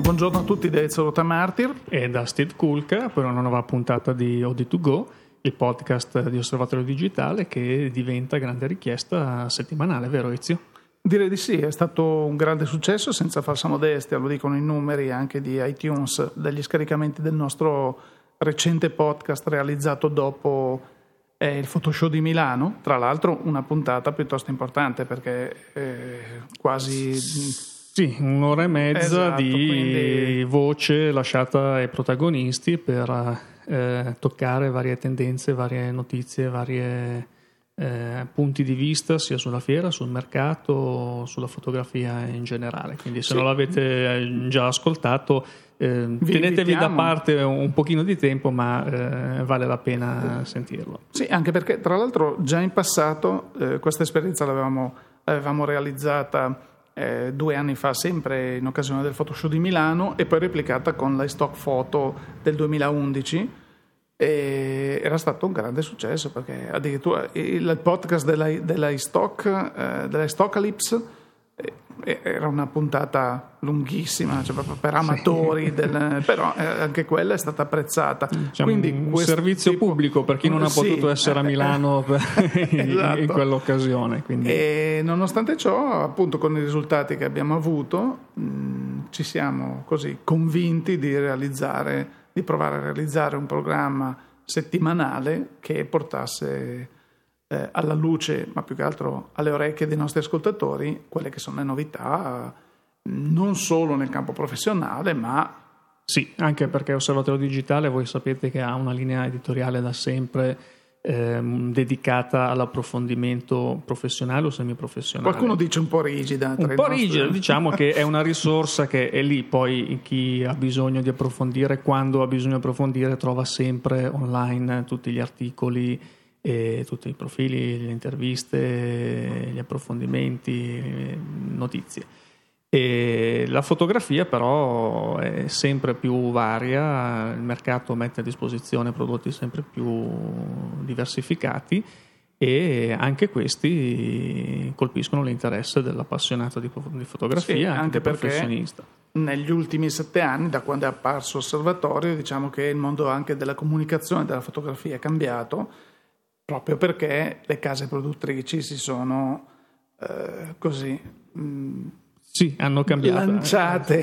Buongiorno a tutti da Ezio Martir e da Steve Kulka per una nuova puntata di OD2Go, il podcast di Osservatorio Digitale che diventa grande richiesta settimanale, vero Ezio? Direi di sì, è stato un grande successo, senza falsa modestia, lo dicono i numeri anche di iTunes, degli scaricamenti del nostro recente podcast realizzato dopo il Photoshow di Milano, tra l'altro una puntata piuttosto importante perché quasi... Sì, un'ora e mezza di quindi... voce lasciata ai protagonisti per toccare varie tendenze, varie notizie, varie punti di vista sia sulla fiera, sul mercato, sulla fotografia in generale. Quindi se non l'avete già ascoltato, tenetevi da parte un pochino di tempo, ma vale la pena sentirlo. Sì, anche perché tra l'altro già in passato questa esperienza l'avevamo realizzata 2 anni fa, sempre in occasione del Photoshow di Milano, e poi replicata con l'iStock Photo del 2011. E era stato un grande successo perché addirittura il podcast dell'iStockalypse era una puntata lunghissima, cioè proprio per amatori, però anche quella è stata apprezzata. Diciamo quindi un servizio pubblico per chi non ha potuto essere a Milano esatto. in quell'occasione. Quindi. E nonostante ciò, appunto, con i risultati che abbiamo avuto, ci siamo così convinti di provare a realizzare un programma settimanale che portasse alla luce, ma più che altro alle orecchie dei nostri ascoltatori, quelle che sono le novità, non solo nel campo professionale, ma... Sì, anche perché Osservatorio Digitale, voi sapete che ha una linea editoriale da sempre dedicata all'approfondimento professionale o semiprofessionale. Qualcuno dice un po' rigida. Rigida, diciamo che è una risorsa che è lì, poi chi ha bisogno di approfondire, quando ha bisogno di approfondire, trova sempre online tutti gli articoli, tutti i profili, le interviste, gli approfondimenti, notizie. E la fotografia però è sempre più varia, il mercato mette a disposizione prodotti sempre più diversificati e anche questi colpiscono l'interesse dell'appassionato di fotografia, sì, anche del perché professionista. Negli ultimi 7 anni, da quando è apparso Osservatorio, diciamo che il mondo anche della comunicazione e della fotografia è cambiato, proprio perché le case produttrici si sono sì, hanno cambiato. Lanciate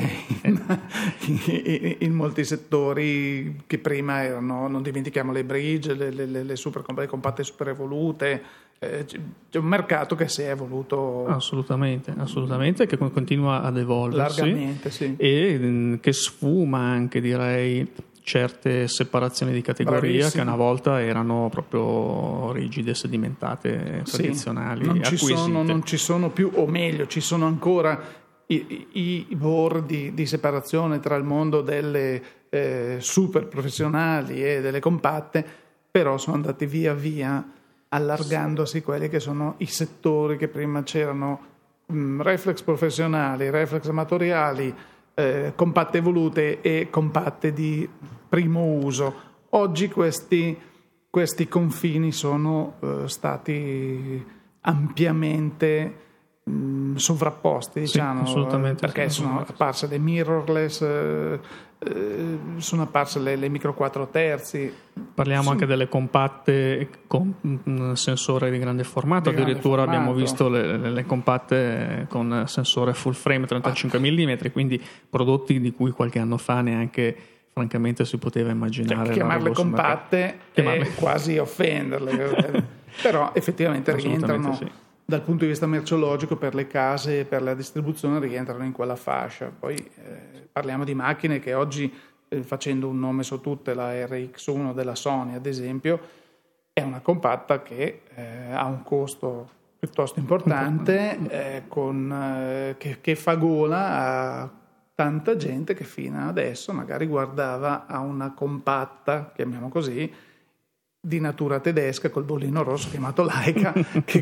in molti settori che prima erano, non dimentichiamo le bridge, le compatte super evolute. C'è un mercato che si è evoluto assolutamente, che continua ad evolversi largamente, sì. E che sfuma anche, direi, certe separazioni di categoria. Bravissimo. Che una volta erano proprio rigide, sedimentate, tradizionali, non ci sono più, o meglio ci sono ancora i bordi di separazione tra il mondo delle super professionali e delle compatte, però sono andati via via allargandosi quelli che sono i settori che prima c'erano, reflex professionali, reflex amatoriali, compatte evolute e compatte di primo uso. Oggi questi confini sono stati ampiamente sovrapposti, diciamo, sì, perché sono apparse le mirrorless, sono apparse le micro 4 terzi. Parliamo anche delle compatte con sensore di grande formato, addirittura abbiamo visto le compatte con sensore full frame 35 mm, quindi prodotti di cui qualche anno fa neanche francamente si poteva immaginare. Chiamarle compatte è quasi offenderle, però effettivamente rientrano, sì. Dal punto di vista merceologico, per le case e per la distribuzione rientrano in quella fascia. Poi parliamo di macchine che oggi, facendo un nome su tutte, la RX1 della Sony ad esempio, è una compatta che ha un costo piuttosto importante, che fa gola a tanta gente che fino adesso magari guardava a una compatta, chiamiamo così, di natura tedesca col bollino rosso chiamato Leica che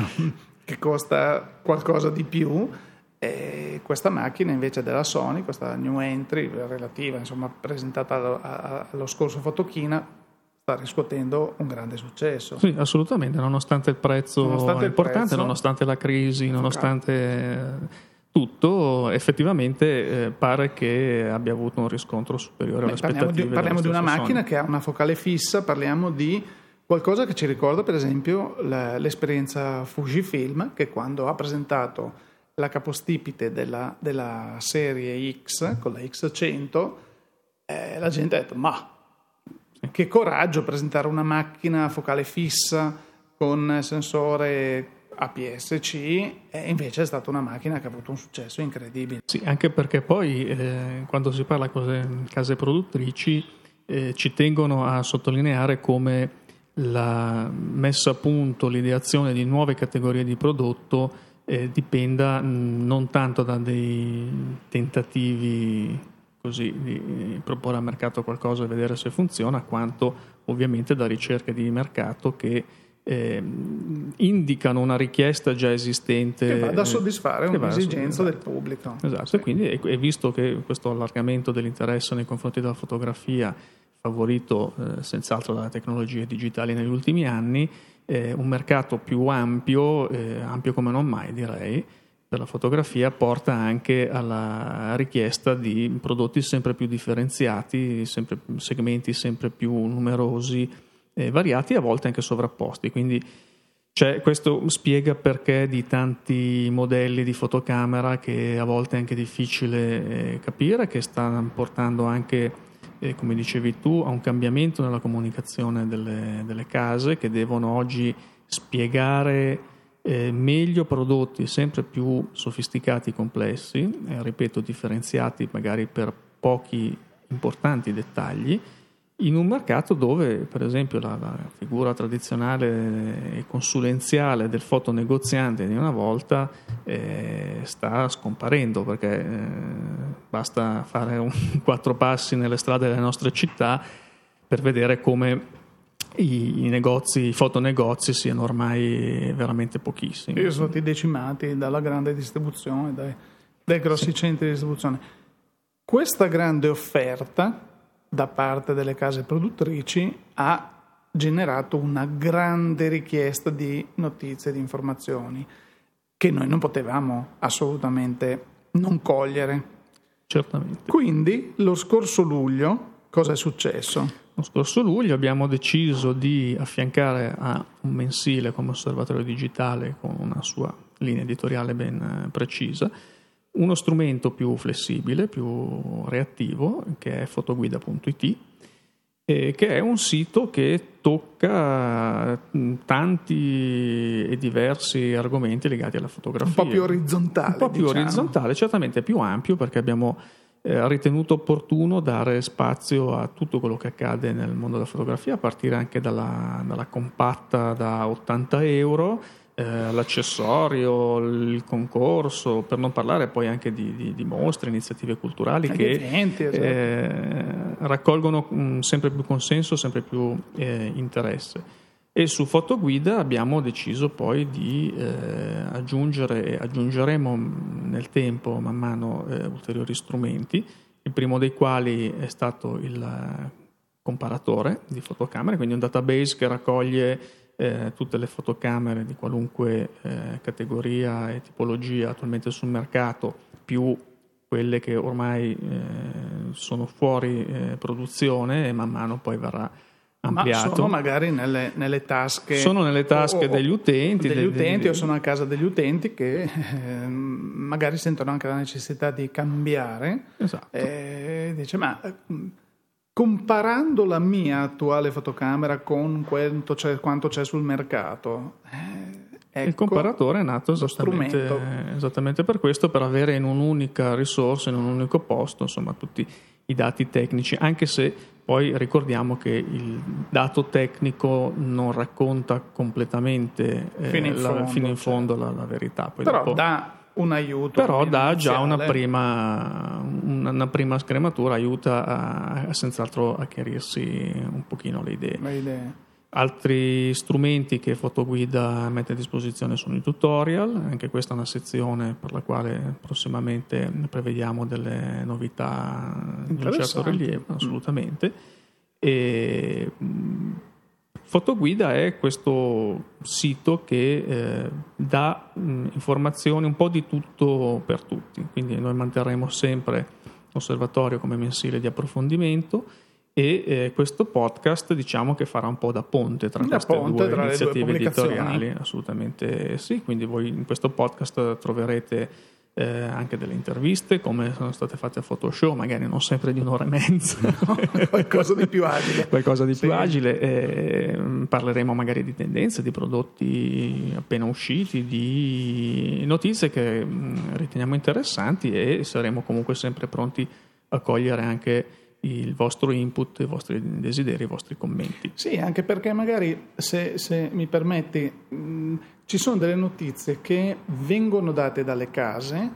costa qualcosa di più, e questa macchina invece della Sony, questa new entry relativa, insomma, presentata allo scorso Fotochina, sta riscuotendo un grande successo. Sì, assolutamente, nonostante il prezzo importante, nonostante la crisi, nonostante tutto effettivamente pare che abbia avuto un riscontro superiore alle aspettative. Parliamo di una macchina che ha una focale fissa, parliamo di qualcosa che ci ricorda per esempio l'esperienza Fujifilm, che quando ha presentato la capostipite della serie X con la X100, la gente ha detto ma che coraggio presentare una macchina a focale fissa con sensore APS-C, e invece è stata una macchina che ha avuto un successo incredibile. Sì, anche perché poi quando si parla con case produttrici ci tengono a sottolineare come la messa a punto, l'ideazione di nuove categorie di prodotto dipenda non tanto da dei tentativi così di proporre al mercato qualcosa e vedere se funziona, quanto ovviamente da ricerche di mercato che indicano una richiesta già esistente che va a soddisfare un'esigenza del pubblico. Esatto, sì. E quindi è visto che questo allargamento dell'interesse nei confronti della fotografia, favorito senz'altro dalle tecnologie digitali negli ultimi anni, un mercato più ampio come non mai direi, per la fotografia, porta anche alla richiesta di prodotti sempre più differenziati, segmenti sempre più numerosi, variati e a volte anche sovrapposti. Quindi questo spiega perché di tanti modelli di fotocamera che a volte è anche difficile capire, che sta portando anche, come dicevi tu, a un cambiamento nella comunicazione delle case, che devono oggi spiegare meglio prodotti sempre più sofisticati e complessi, ripeto, differenziati magari per pochi importanti dettagli, in un mercato dove per esempio la figura tradizionale e consulenziale del fotonegoziante di una volta sta scomparendo, perché basta fare 4 passi nelle strade delle nostre città per vedere come i fotonegozi siano ormai veramente pochissimi. Sono stati decimati dalla grande distribuzione, dai grossi centri di distribuzione. Questa grande offerta da parte delle case produttrici ha generato una grande richiesta di notizie, di informazioni che noi non potevamo assolutamente non cogliere. Certamente. Quindi lo scorso luglio cosa è successo? Lo scorso luglio abbiamo deciso di affiancare a un mensile come Osservatorio Digitale, con una sua linea editoriale ben precisa, uno strumento più flessibile, più reattivo, che è fotoguida.it, che è un sito che tocca tanti e diversi argomenti legati alla fotografia. Un po' più orizzontale. Un po' più orizzontale, certamente più ampio, perché abbiamo ritenuto opportuno dare spazio a tutto quello che accade nel mondo della fotografia, a partire anche dalla compatta da 80 euro, l'accessorio, il concorso, per non parlare poi anche di mostre, iniziative culturali che eventi, esatto. Raccolgono sempre più consenso, sempre più interesse. E su Fotoguida abbiamo deciso poi di aggiungeremo nel tempo man mano ulteriori strumenti, il primo dei quali è stato il comparatore di fotocamere, quindi un database che raccoglie tutte le fotocamere di qualunque categoria e tipologia attualmente sul mercato, più quelle che ormai sono fuori produzione, e man mano poi verrà ampliato. Ma sono magari nelle tasche. Sono nelle tasche degli utenti. O sono a casa degli utenti che magari sentono anche la necessità di cambiare. Esatto. Dice, ma comparando la mia attuale fotocamera con quanto c'è sul mercato, ecco, il comparatore è nato esattamente per questo, per avere in un'unica risorsa, in un unico posto, insomma, tutti i dati tecnici, anche se poi ricordiamo che il dato tecnico non racconta completamente fino in fondo la verità. Poi però dà un aiuto. Però dà già una prima scrematura, aiuta senz'altro a chiarirsi un pochino le idee. Altri strumenti che Fotoguida mette a disposizione sono i tutorial, anche questa è una sezione per la quale prossimamente prevediamo delle novità di un certo rilievo, assolutamente. E Fotoguida è questo sito che dà informazioni un po' di tutto per tutti, quindi noi manterremo sempre l'osservatorio come mensile di approfondimento e questo podcast diciamo che farà un po' da ponte tra queste due iniziative editoriali, assolutamente sì, quindi voi in questo podcast troverete anche delle interviste come sono state fatte a Photoshow, magari non sempre di un'ora e mezza, qualcosa di più agile. Qualcosa di più agile. Parleremo magari di tendenze, di prodotti appena usciti, di notizie che riteniamo interessanti e saremo comunque sempre pronti a cogliere anche il vostro input, i vostri desideri, i vostri commenti. Sì, anche perché magari, se mi permetti, ci sono delle notizie che vengono date dalle case,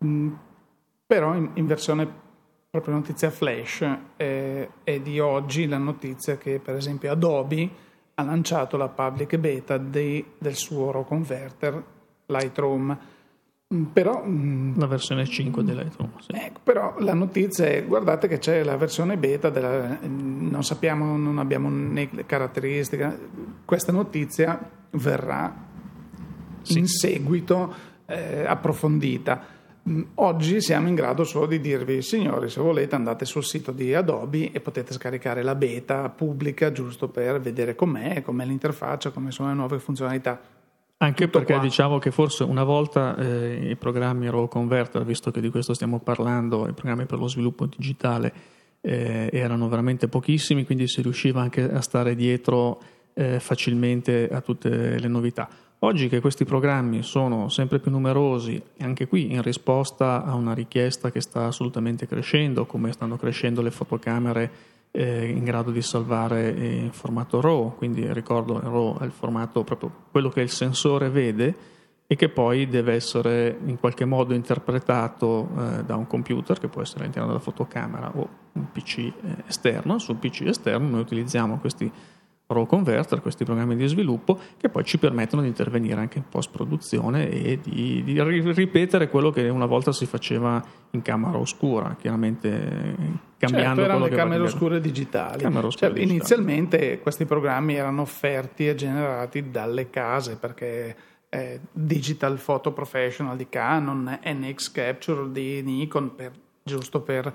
però in versione proprio notizia flash. È di oggi la notizia che per esempio Adobe ha lanciato la public beta del suo RAW converter Lightroom. Però la versione 5 di Lightroom, sì. Ecco, però la notizia è: guardate che c'è la versione beta non sappiamo, non abbiamo né le caratteristiche. Questa notizia verrà in seguito approfondita. Oggi siamo in grado solo di dirvi: signori, se volete andate sul sito di Adobe e potete scaricare la beta pubblica, giusto per vedere com'è l'interfaccia, come sono le nuove funzionalità. Anche tutto perché diciamo che forse una volta i programmi RAW Converter, visto che di questo stiamo parlando, i programmi per lo sviluppo digitale erano veramente pochissimi, quindi si riusciva anche a stare dietro facilmente a tutte le novità. Oggi che questi programmi sono sempre più numerosi, anche qui in risposta a una richiesta che sta assolutamente crescendo, come stanno crescendo le fotocamere in grado di salvare in formato RAW, quindi ricordo il RAW è il formato proprio quello che il sensore vede e che poi deve essere in qualche modo interpretato da un computer, che può essere all'interno della fotocamera o un PC esterno. Sul PC esterno noi utilizziamo questi RAW Converter, questi programmi di sviluppo che poi ci permettono di intervenire anche in post-produzione e di ripetere quello che una volta si faceva in camera oscura, chiaramente cambiando erano quello le che camere oscure digitali. Inizialmente questi programmi erano offerti e generati dalle case, perché Digital Photo Professional di Canon, NX Capture di Nikon, giusto per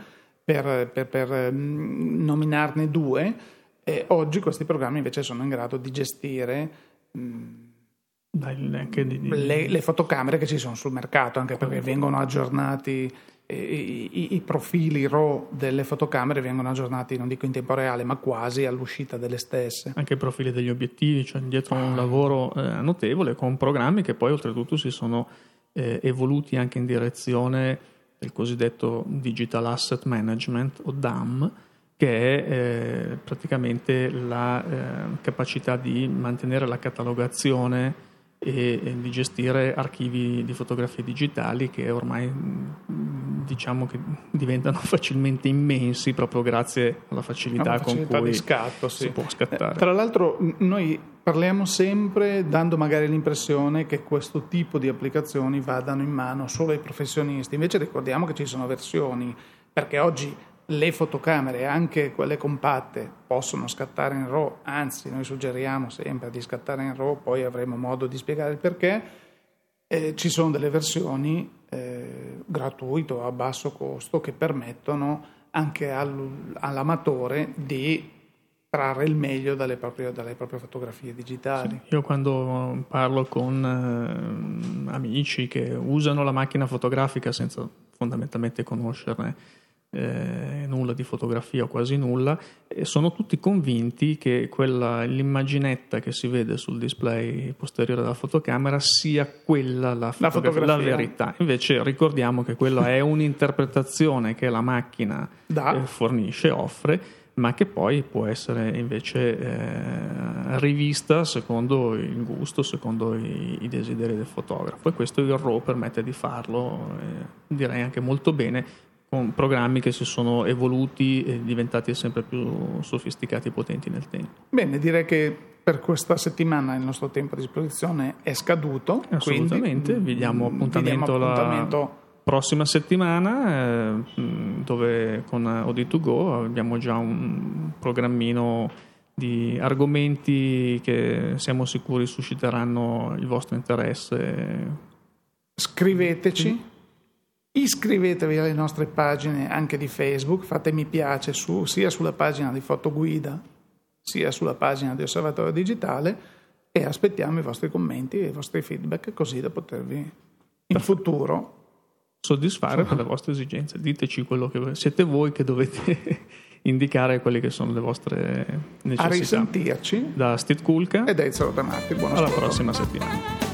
nominarne due. E oggi questi programmi invece sono in grado di gestire le fotocamere che ci sono sul mercato, anche perché vengono aggiornati i profili RAW delle fotocamere, vengono aggiornati, non dico in tempo reale, ma quasi all'uscita delle stesse. Anche i profili degli obiettivi, cioè dietro un lavoro notevole, con programmi che poi oltretutto si sono evoluti anche in direzione del cosiddetto Digital Asset Management o DAM, che è praticamente la capacità di mantenere la catalogazione e di gestire archivi di fotografie digitali che ormai diciamo che diventano facilmente immensi proprio grazie alla facilità con cui di scatto, si può scattare. Tra l'altro noi parliamo sempre dando magari l'impressione che questo tipo di applicazioni vadano in mano solo ai professionisti, invece ricordiamo che ci sono versioni, perché oggi le fotocamere, anche quelle compatte, possono scattare in RAW, anzi noi suggeriamo sempre di scattare in RAW, poi avremo modo di spiegare il perché. Ci sono delle versioni gratuite o a basso costo che permettono anche all'amatore di trarre il meglio dalle proprie fotografie digitali. Sì, io quando parlo con amici che usano la macchina fotografica senza fondamentalmente conoscerne nulla di fotografia o quasi nulla, sono tutti convinti che l'immaginetta che si vede sul display posteriore della fotocamera sia quella la verità. Invece ricordiamo che quella è un'interpretazione che la macchina fornisce, offre, ma che poi può essere invece rivista secondo il gusto, secondo i desideri del fotografo, e questo il RAW permette di farlo, direi anche molto bene, con programmi che si sono evoluti e diventati sempre più sofisticati e potenti nel tempo. Bene, direi che per questa settimana il nostro tempo a disposizione è scaduto. Assolutamente, vi diamo appuntamento la prossima settimana, dove con OD2Go abbiamo già un programmino di argomenti che siamo sicuri susciteranno il vostro interesse. Scriveteci, iscrivetevi alle nostre pagine anche di Facebook, fate mi piace sia sulla pagina di Fotoguida sia sulla pagina di Osservatorio Digitale, e aspettiamo i vostri commenti e i vostri feedback, così da potervi in futuro soddisfare per le vostre esigenze. Diteci quello che siete voi che dovete indicare quelle che sono le vostre necessità. A risentirci da Steve Kulka e da Ezio Rodanati. Buon alla ascolto. prossima settimana.